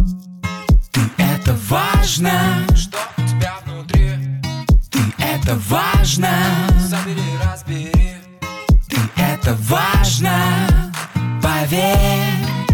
Ты — это важно, что у тебя внутри. ты — это важно, Забери, разбери. ты — это важно, поверь.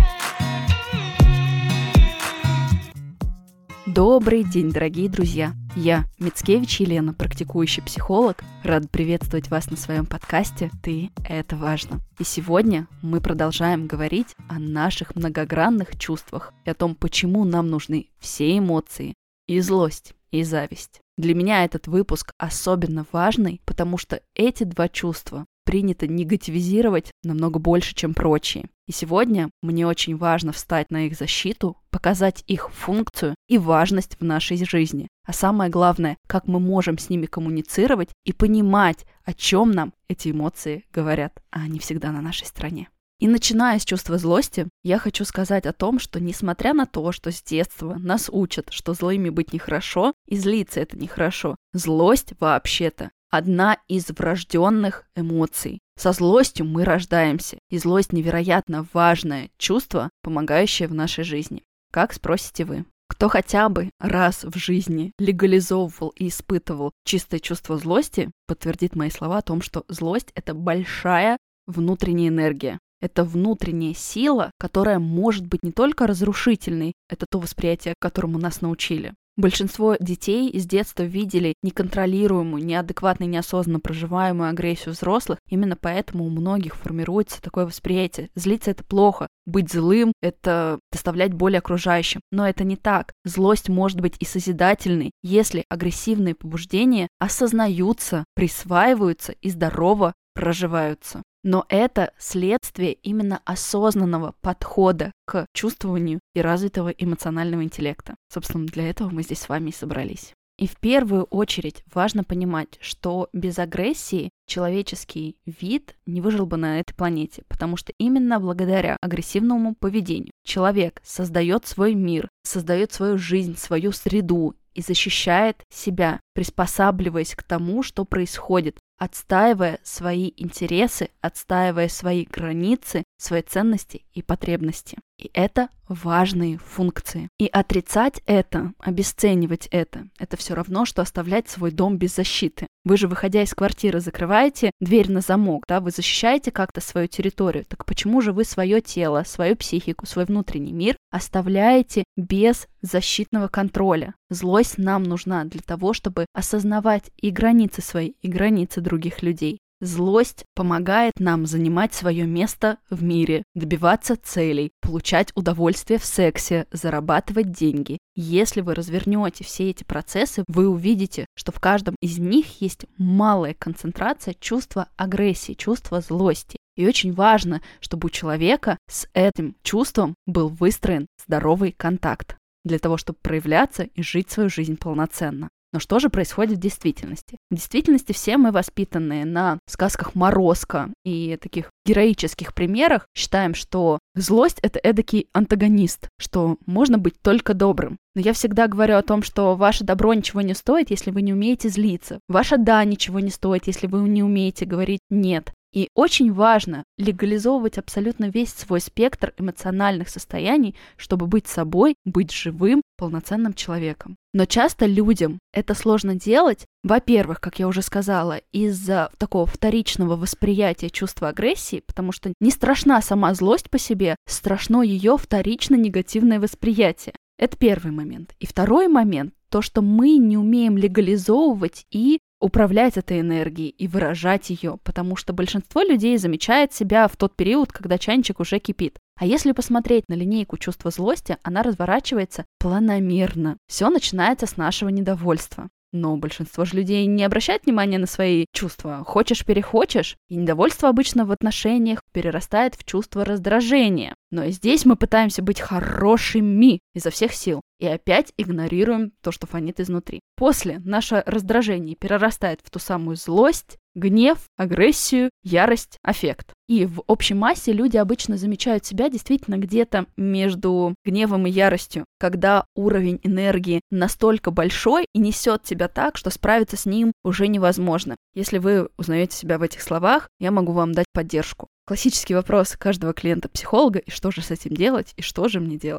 Добрый день, дорогие друзья! Я, Мицкевич Елена, практикующий психолог, рада приветствовать вас на своем подкасте «Ты — это важно». И сегодня мы продолжаем говорить о наших многогранных чувствах и о том, почему нам нужны все эмоции, и злость, и зависть. Для меня этот выпуск особенно важный, потому что эти два чувства принято негативизировать намного больше, чем прочие. И сегодня мне очень важно встать на их защиту, показать их функцию и важность в нашей жизни. А самое главное, как мы можем с ними коммуницировать и понимать, о чем нам эти эмоции говорят, а они всегда на нашей стороне. И начиная с чувства злости, я хочу сказать о том, что несмотря на то, что с детства нас учат, что злыми быть нехорошо и злиться это нехорошо, злость вообще-то одна из врожденных эмоций. Со злостью мы рождаемся, и злость невероятно важное чувство, помогающее в нашей жизни. Как, спросите вы? Кто хотя бы раз в жизни легализовывал и испытывал чистое чувство злости, подтвердит мои слова о том, что злость – это большая внутренняя энергия. Это внутренняя сила, которая может быть не только разрушительной, это то восприятие, которому нас научили. Большинство детей с детства видели неконтролируемую, неадекватно, неосознанно проживаемую агрессию взрослых. Именно поэтому у многих формируется такое восприятие. Злиться – это плохо. Быть злым – это доставлять боль окружающим. Но это не так. Злость может быть и созидательной, если агрессивные побуждения осознаются, присваиваются и здорово проживаются. Но это следствие именно осознанного подхода к чувствованию и развитого эмоционального интеллекта. Собственно, для этого мы здесь с вами и собрались. И в первую очередь важно понимать, что без агрессии человеческий вид не выжил бы на этой планете, потому что именно благодаря агрессивному поведению человек создает свой мир, создает свою жизнь, свою среду и защищает себя, приспосабливаясь к тому, что происходит, отстаивая свои интересы, отстаивая свои границы, свои ценности и потребности. И это важные функции. И отрицать это, обесценивать это все равно, что оставлять свой дом без защиты. Вы же, выходя из квартиры, закрываете дверь на замок, да, вы защищаете как-то свою территорию. Так почему же вы свое тело, свою психику, свой внутренний мир оставляете без защитного контроля? Злость нам нужна для того, чтобы осознавать и границы свои, и границы других людей. Злость помогает нам занимать свое место в мире, добиваться целей, получать удовольствие в сексе, зарабатывать деньги. Если вы развернете все эти процессы, вы увидите, что в каждом из них есть малая концентрация чувства агрессии, чувства злости. И очень важно, чтобы у человека с этим чувством был выстроен здоровый контакт для того, чтобы проявляться и жить свою жизнь полноценно. Но что же происходит в действительности? В действительности все мы, воспитанные на сказках Морозко и таких героических примерах, считаем, что злость — это эдакий антагонист, что можно быть только добрым. Но я всегда говорю о том, что ваше добро ничего не стоит, если вы не умеете злиться. Ваше «да» ничего не стоит, если вы не умеете говорить «нет». И очень важно легализовывать абсолютно весь свой спектр эмоциональных состояний, чтобы быть собой, быть живым, полноценным человеком. Но часто людям это сложно делать, во-первых, как я уже сказала, из-за такого вторичного восприятия чувства агрессии, потому что не страшна сама злость по себе, страшно ее вторично негативное восприятие. Это первый момент. И второй момент – то, что мы не умеем легализовывать и управлять этой энергией и выражать ее, потому что большинство людей замечает себя в тот период, когда чайничек уже кипит. А если посмотреть на линейку чувства злости, она разворачивается планомерно. Все начинается с нашего недовольства. Но большинство же людей не обращает внимания на свои чувства. Хочешь-перехочешь, и недовольство обычно в отношениях перерастает в чувство раздражения. Но и здесь мы пытаемся быть хорошими изо всех сил. И опять игнорируем то, что фонит изнутри. После наше раздражение перерастает в ту самую злость, гнев, агрессию, ярость, аффект. И в общей массе люди обычно замечают себя действительно где-то между гневом и яростью, когда уровень энергии настолько большой и несет тебя так, что справиться с ним уже невозможно. Если вы узнаете себя в этих словах, я могу вам дать поддержку. Классический вопрос каждого клиента-психолога: и что же с этим делать, и что же мне делать?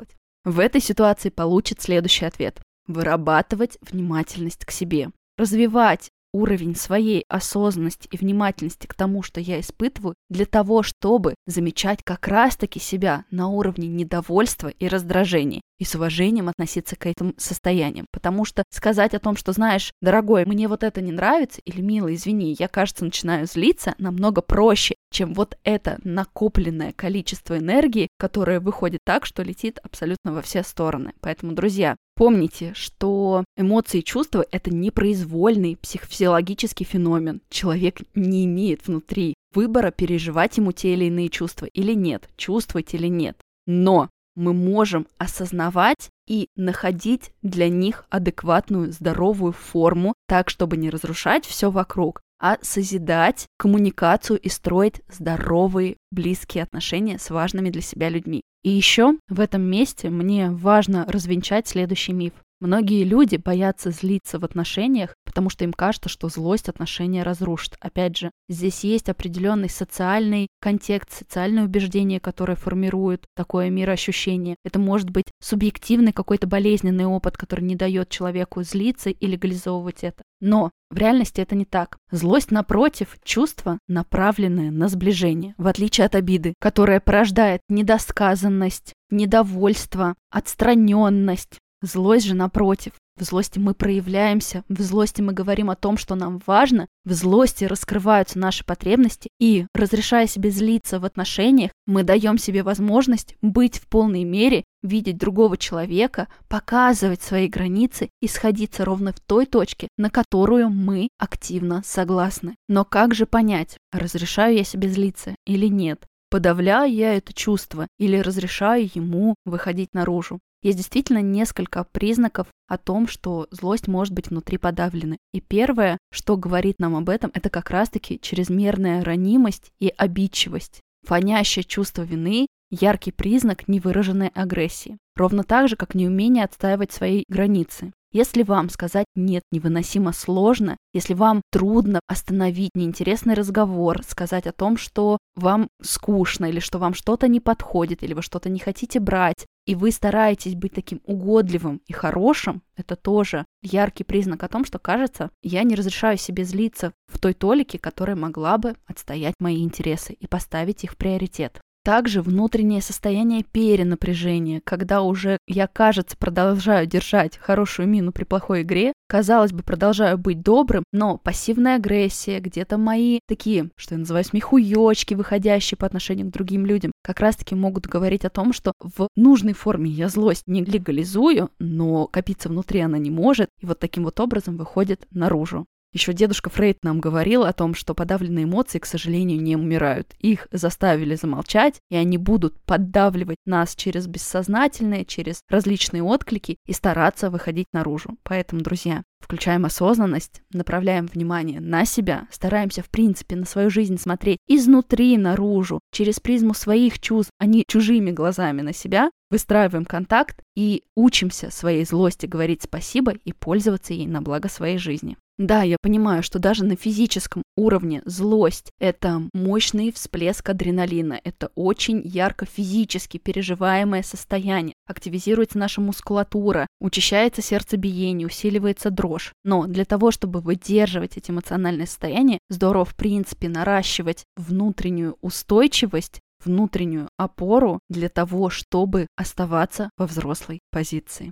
в этой ситуации получит следующий ответ. Вырабатывать внимательность к себе. Развивать уровень своей осознанности и внимательности к тому, что я испытываю, для того, чтобы замечать как раз-таки себя на уровне недовольства и раздражения и с уважением относиться к этим состояниям. Потому что сказать о том, что, знаешь, дорогой, мне вот это не нравится, или, милый, извини, я, кажется, начинаю злиться, намного проще, чем вот это накопленное количество энергии, которое выходит так, что летит абсолютно во все стороны. Поэтому, друзья, помните, что эмоции и чувства — это непроизвольный психофизиологический феномен. Человек не имеет внутри выбора, переживать ему те или иные чувства или нет, чувствовать или нет. Но мы можем осознавать и находить для них адекватную, здоровую форму, так, чтобы не разрушать все вокруг, а созидать коммуникацию и строить здоровые, близкие отношения с важными для себя людьми. И еще в этом месте мне важно развенчать следующий миф. Многие люди боятся злиться в отношениях, потому что им кажется, что злость отношения разрушит. Опять же, здесь есть определенный социальный контекст, социальное убеждение, которое формирует такое мироощущение. Это может быть субъективный какой-то болезненный опыт, который не дает человеку злиться и легализовывать это. Но в реальности это не так. Злость, напротив, чувство, направленное на сближение, в отличие от обиды, которая порождает недосказанность, недовольство, отстраненность. Злость же, напротив, в злости мы проявляемся, в злости мы говорим о том, что нам важно, в злости раскрываются наши потребности, и, разрешая себе злиться в отношениях, мы даем себе возможность быть в полной мере, видеть другого человека, показывать свои границы и сходиться ровно в той точке, на которую мы активно согласны. Но как же понять, разрешаю я себе злиться или нет? Подавляю я это чувство или разрешаю ему выходить наружу? Есть действительно несколько признаков о том, что злость может быть внутри подавлена. И первое, что говорит нам об этом, это как раз-таки чрезмерная ранимость и обидчивость. Фонящее чувство вины – яркий признак невыраженной агрессии. Ровно так же, как неумение отстаивать свои границы. Если вам сказать «нет» невыносимо сложно, если вам трудно остановить неинтересный разговор, сказать о том, что вам скучно, или что вам что-то не подходит, или вы что-то не хотите брать, и вы стараетесь быть таким угодливым и хорошим, это тоже яркий признак о том, что, кажется, я не разрешаю себе злиться в той толике, которая могла бы отстоять мои интересы и поставить их в приоритет. Также внутреннее состояние перенапряжения, когда уже я, кажется, продолжаю держать хорошую мину при плохой игре, казалось бы, продолжаю быть добрым, но пассивная агрессия, где-то мои такие, что я называю смехуёчки, выходящие по отношению к другим людям, как раз-таки могут говорить о том, что в нужной форме я злость не легализую, но копиться внутри она не может, и вот таким вот образом выходит наружу. Еще дедушка Фрейд нам говорил о том, что подавленные эмоции, к сожалению, не умирают. Их заставили замолчать, и они будут поддавливать нас через бессознательные, через различные отклики и стараться выходить наружу. Поэтому, друзья, включаем осознанность, направляем внимание на себя, стараемся, в принципе, на свою жизнь смотреть изнутри наружу, через призму своих чувств, а не чужими глазами на себя, выстраиваем контакт и учимся своей злости говорить спасибо и пользоваться ей на благо своей жизни. Да, я понимаю, что даже на физическом уровне злость – это мощный всплеск адреналина, это очень ярко физически переживаемое состояние. Активизируется наша мускулатура, учащается сердцебиение, усиливается дрожь. Но для того, чтобы выдерживать эти эмоциональные состояния, здорово, в принципе, наращивать внутреннюю устойчивость, внутреннюю опору для того, чтобы оставаться во взрослой позиции.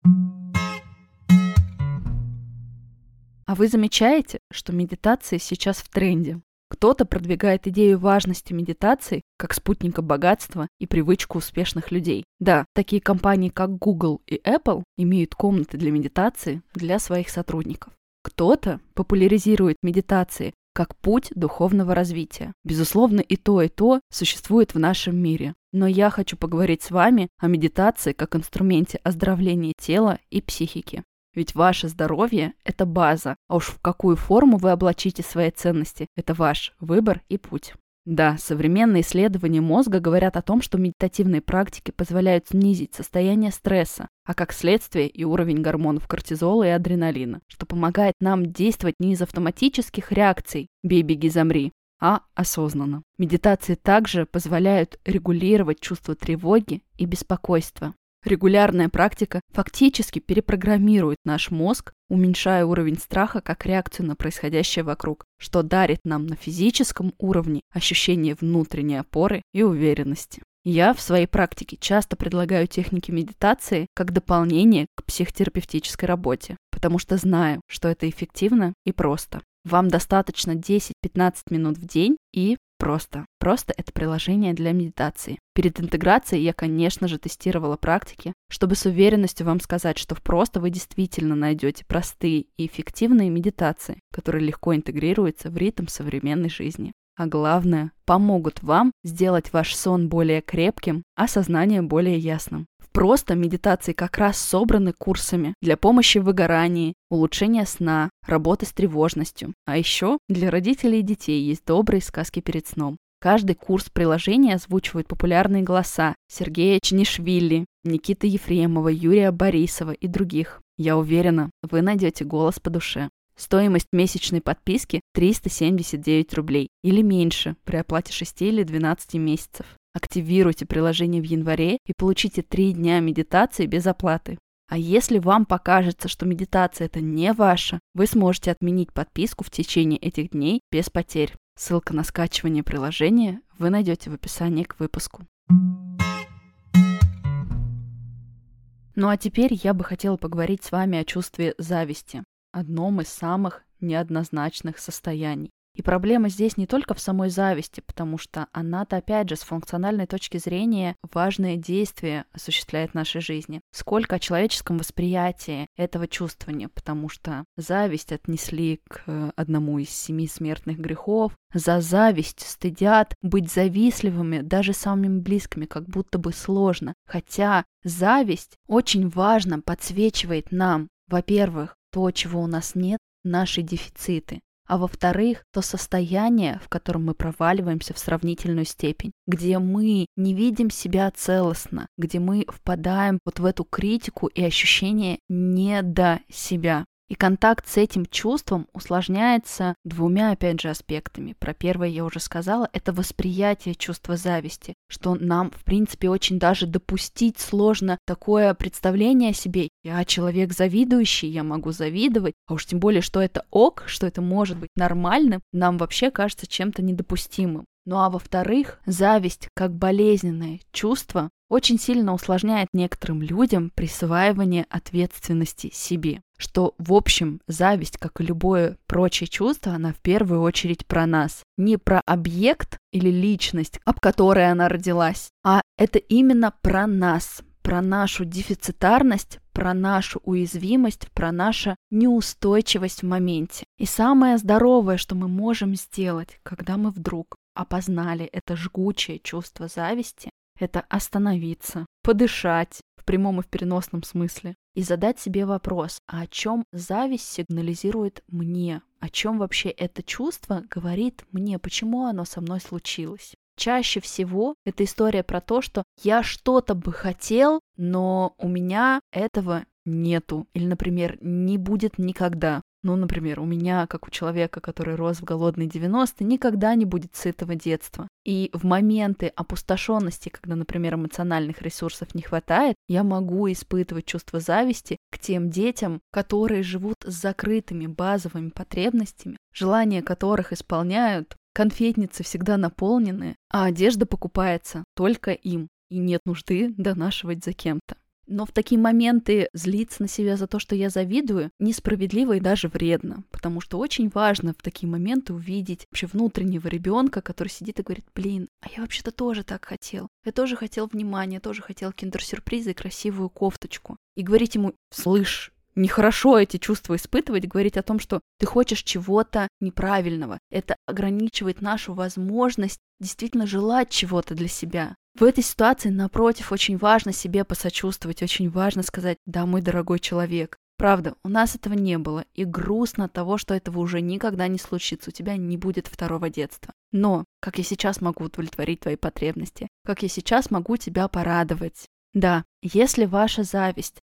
А вы замечаете, что медитация сейчас в тренде? Кто-то продвигает идею важности медитации как спутника богатства и привычку успешных людей. Да, такие компании, как Google и Apple, имеют комнаты для медитации для своих сотрудников. Кто-то популяризирует медитации как путь духовного развития. Безусловно, и то существует в нашем мире. Но я хочу поговорить с вами о медитации как инструменте оздоровления тела и психики. Ведь ваше здоровье – это база, а уж в какую форму вы облачите свои ценности – это ваш выбор и путь. Да, современные исследования мозга говорят о том, что медитативные практики позволяют снизить состояние стресса, а как следствие и уровень гормонов кортизола и адреналина, что помогает нам действовать не из автоматических реакций «бей, беги, замри», а осознанно. Медитации также позволяют регулировать чувство тревоги и беспокойства. Регулярная практика фактически перепрограммирует наш мозг, уменьшая уровень страха как реакцию на происходящее вокруг, что дарит нам на физическом уровне ощущение внутренней опоры и уверенности. Я в своей практике часто предлагаю техники медитации как дополнение к психотерапевтической работе, потому что знаю, что это эффективно и просто. Вам достаточно 10-15 минут в день и просто. Просто это приложение для медитации. Перед интеграцией я, конечно же, тестировала практики, чтобы с уверенностью вам сказать, что в просто вы действительно найдете простые и эффективные медитации, которые легко интегрируются в ритм современной жизни. А главное, помогут вам сделать ваш сон более крепким, а сознание более ясным. Просто медитации как раз собраны курсами для помощи в выгорании, улучшения сна, работы с тревожностью. А еще для родителей и детей есть добрые сказки перед сном. Каждый курс приложения озвучивают популярные голоса Сергея Чинишвили, Никиты Ефремова, Юрия Борисова и других. Я уверена, вы найдете голос по душе. Стоимость месячной подписки 379 рублей или меньше при оплате 6 или 12 месяцев. Активируйте приложение в январе и получите 3 дня медитации без оплаты. А если вам покажется, что медитация это не ваша, вы сможете отменить подписку в течение этих дней без потерь. Ссылка на скачивание приложения вы найдете в описании к выпуску. Ну а теперь я бы хотела поговорить с вами о чувстве зависти, одном из самых неоднозначных состояний. И проблема здесь не только в самой зависти, потому что она-то, опять же, с функциональной точки зрения важное действие осуществляет в нашей жизни. Сколько о человеческом восприятии этого чувствования, потому что зависть отнесли к одному из 7 смертных грехов. За зависть стыдят быть завистливыми даже самыми близкими, как будто бы сложно. Хотя зависть очень важно подсвечивает нам, во-первых, то, чего у нас нет, наши дефициты. А во-вторых, то состояние, в котором мы проваливаемся в сравнительную степень, где мы не видим себя целостно, где мы впадаем вот в эту критику и ощущение не до себя. И контакт с этим чувством усложняется 2, опять же, аспектами. Про первое я уже сказала, это восприятие чувства зависти, что нам, в принципе, очень даже допустить сложно такое представление о себе. Я человек завидующий, я могу завидовать, а уж тем более, что это ок, что это может быть нормальным, нам вообще кажется чем-то недопустимым. Ну а во-вторых, зависть как болезненное чувство очень сильно усложняет некоторым людям присваивание ответственности себе. Что, в общем, зависть, как и любое прочее чувство, она в первую очередь про нас. Не про объект или личность, об которой она родилась, а это именно про нас, про нашу дефицитарность, про нашу уязвимость, про нашу неустойчивость в моменте. И самое здоровое, что мы можем сделать, когда мы вдруг опознали это жгучее чувство зависти, это остановиться, подышать в прямом и в переносном смысле и задать себе вопрос, а о чем зависть сигнализирует мне? О чем вообще это чувство говорит мне? Почему оно со мной случилось? Чаще всего это история про то, что я что-то бы хотел, но у меня этого нету. Или, например, не будет никогда. Ну, например, у меня, как у человека, который рос в голодные 90-е, никогда не будет сытого детства. И в моменты опустошенности, когда, например, эмоциональных ресурсов не хватает, я могу испытывать чувство зависти к тем детям, которые живут с закрытыми базовыми потребностями, желания которых исполняют, конфетницы всегда наполнены, а одежда покупается только им, и нет нужды донашивать за кем-то. Но в такие моменты злиться на себя за то, что я завидую, несправедливо и даже вредно, потому что очень важно в такие моменты увидеть вообще внутреннего ребенка, который сидит и говорит: блин, а я вообще-то тоже так хотел. Я тоже хотел внимания, тоже хотел киндер-сюрприза и красивую кофточку. И говорить ему: слышь, нехорошо эти чувства испытывать, говорить о том, что ты хочешь чего-то неправильного. Это ограничивает нашу возможность действительно желать чего-то для себя. В этой ситуации, напротив, очень важно себе посочувствовать, очень важно сказать: да, мой дорогой человек, правда, у нас этого не было, и грустно от того, что этого уже никогда не случится, у тебя не будет второго детства. Но как я сейчас могу удовлетворить твои потребности? Как я сейчас могу тебя порадовать? Да, если ваша зависть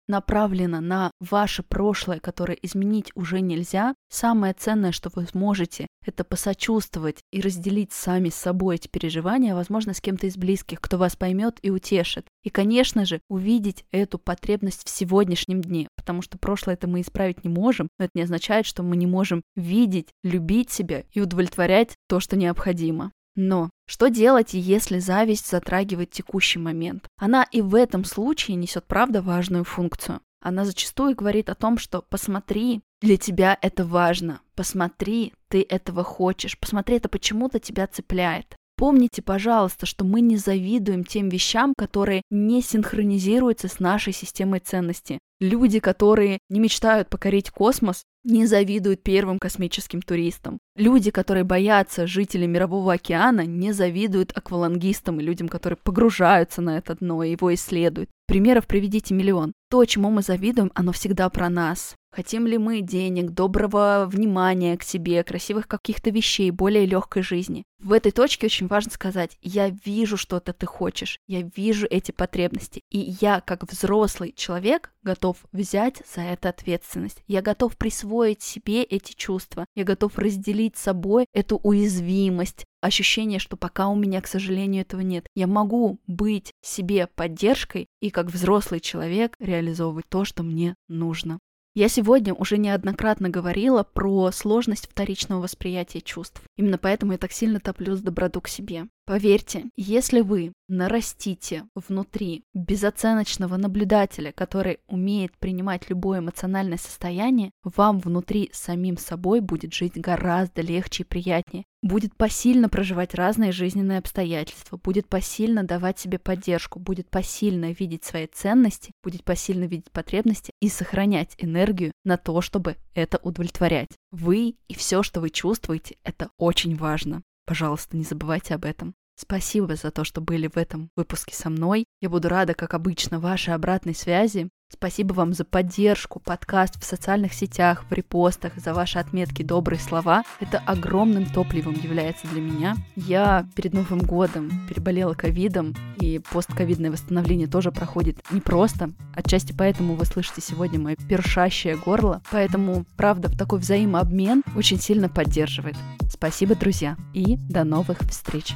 направлена на ваше прошлое, которое изменить уже нельзя, самое ценное, что вы сможете, это посочувствовать и разделить сами с собой эти переживания, возможно, с кем-то из близких, кто вас поймет и утешит. И, конечно же, увидеть эту потребность в сегодняшнем дне, потому что прошлое это мы исправить не можем, но это не означает, что мы не можем видеть, любить себя и удовлетворять то, что необходимо. Но что делать, если зависть затрагивает текущий момент? Она и в этом случае несет, правда, важную функцию. Она зачастую говорит о том, что посмотри, для тебя это важно, посмотри, ты этого хочешь, посмотри, это почему-то тебя цепляет. Помните, пожалуйста, что мы не завидуем тем вещам, которые не синхронизируются с нашей системой ценностей. Люди, которые не мечтают покорить космос, не завидуют первым космическим туристам. Люди, которые боятся жителей Мирового океана, не завидуют аквалангистам и людям, которые погружаются на это дно и его исследуют. Примеров приведите миллион. То, чему мы завидуем, оно всегда про нас. Хотим ли мы денег, доброго внимания к себе, красивых каких-то вещей, более легкой жизни? В этой точке очень важно сказать: я вижу, что-то ты хочешь, я вижу эти потребности, и я, как взрослый человек, готов взять за это ответственность. Я готов присвоить себе эти чувства, я готов разделить с собой эту уязвимость, ощущение, что пока у меня, к сожалению, этого нет. Я могу быть себе поддержкой и как взрослый человек реализовывать то, что мне нужно. Я сегодня уже неоднократно говорила про сложность вторичного восприятия чувств. Именно поэтому я так сильно топлю за доброту к себе. Поверьте, если вы нарастите внутри безоценочного наблюдателя, который умеет принимать любое эмоциональное состояние, вам внутри самим собой будет жить гораздо легче и приятнее. Будет посильно проживать разные жизненные обстоятельства, будет посильно давать себе поддержку, будет посильно видеть свои ценности, будет посильно видеть потребности и сохранять энергию на то, чтобы это удовлетворять. Вы и все, что вы чувствуете, это очень важно. Пожалуйста, не забывайте об этом. Спасибо за то, что были в этом выпуске со мной. Я буду рада, как обычно, вашей обратной связи. Спасибо вам за поддержку, подкаст в социальных сетях, в репостах, за ваши отметки, добрые слова. Это огромным топливом является для меня. Я перед Новым годом переболела ковидом, и постковидное восстановление тоже проходит непросто. Отчасти поэтому вы слышите сегодня мое першащее горло. Поэтому, правда, такой взаимообмен очень сильно поддерживает. Спасибо, друзья, и до новых встреч.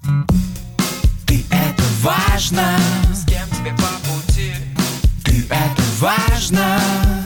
Ты это важно, С кем тебе по пути? ты это важно.